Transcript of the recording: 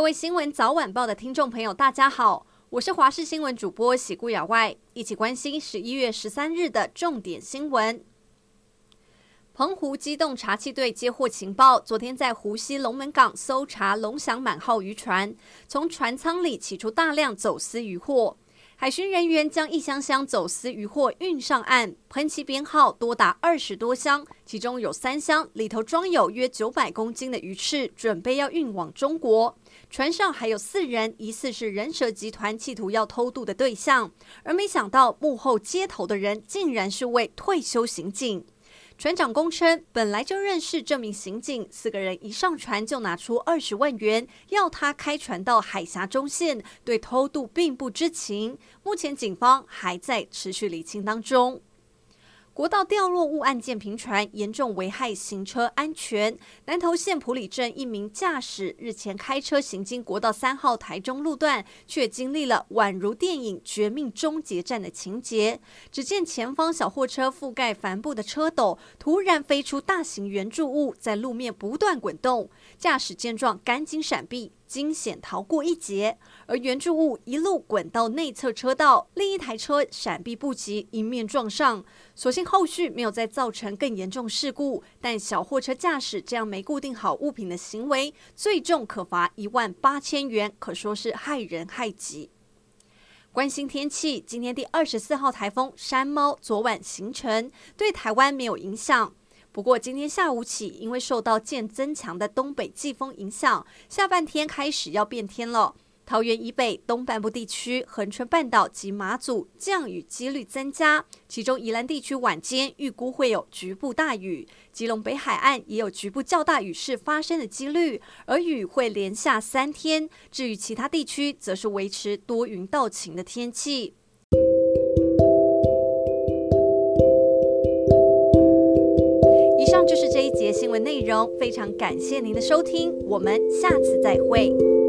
位新闻早晚报的听众朋友大家好，我是华视新闻主播喜顾亚外，一起关心11月13日的重点新闻。澎湖机动查缉队接获情报，昨天在湖西龙门港搜查龙翔满号渔船，从船舱里起出大量走私渔货。海巡人员将一箱箱走私渔货运上岸，喷漆编号多达20多箱，其中有3箱里头装有约900公斤的鱼翅，准备要运往中国。船上还有4人，疑似是人蛇集团企图要偷渡的对象，而没想到幕后接头的人竟然是位退休刑警。船长供称，本来就认识这名刑警，4个人一上船就拿出20万元，要他开船到海峡中线，对偷渡并不知情。目前警方还在持续厘清当中。国道掉落物案件频传，严重危害行车安全。南投县埔里镇一名驾驶日前开车行经国道3号台中路段，却经历了宛如电影《绝命终结战》的情节。只见前方小货车覆盖帆布的车斗突然飞出大型圆柱物，在路面不断滚动。驾驶见状赶紧闪避，惊险逃过一劫。而圆柱物一路滚到内侧车道，另一台车闪避不及，迎面撞上。所幸后续没有再造成更严重事故，但小货车驾驶这样没固定好物品的行为，最重可罚18000元，可说是害人害己。关心天气，今天第24号台风山猫昨晚形成，对台湾没有影响。不过今天下午起，因为受到渐增强的东北季风影响，下半天开始要变天了。桃园以北东半部地区、恒春半岛及马祖降雨几率增加，其中宜兰地区晚间预估会有局部大雨，基隆北海岸也有局部较大雨势发生的几率，而雨会连下3天。至于其他地区，则是维持多云到晴的天气。以上就是这一节新闻内容，非常感谢您的收听，我们下次再会。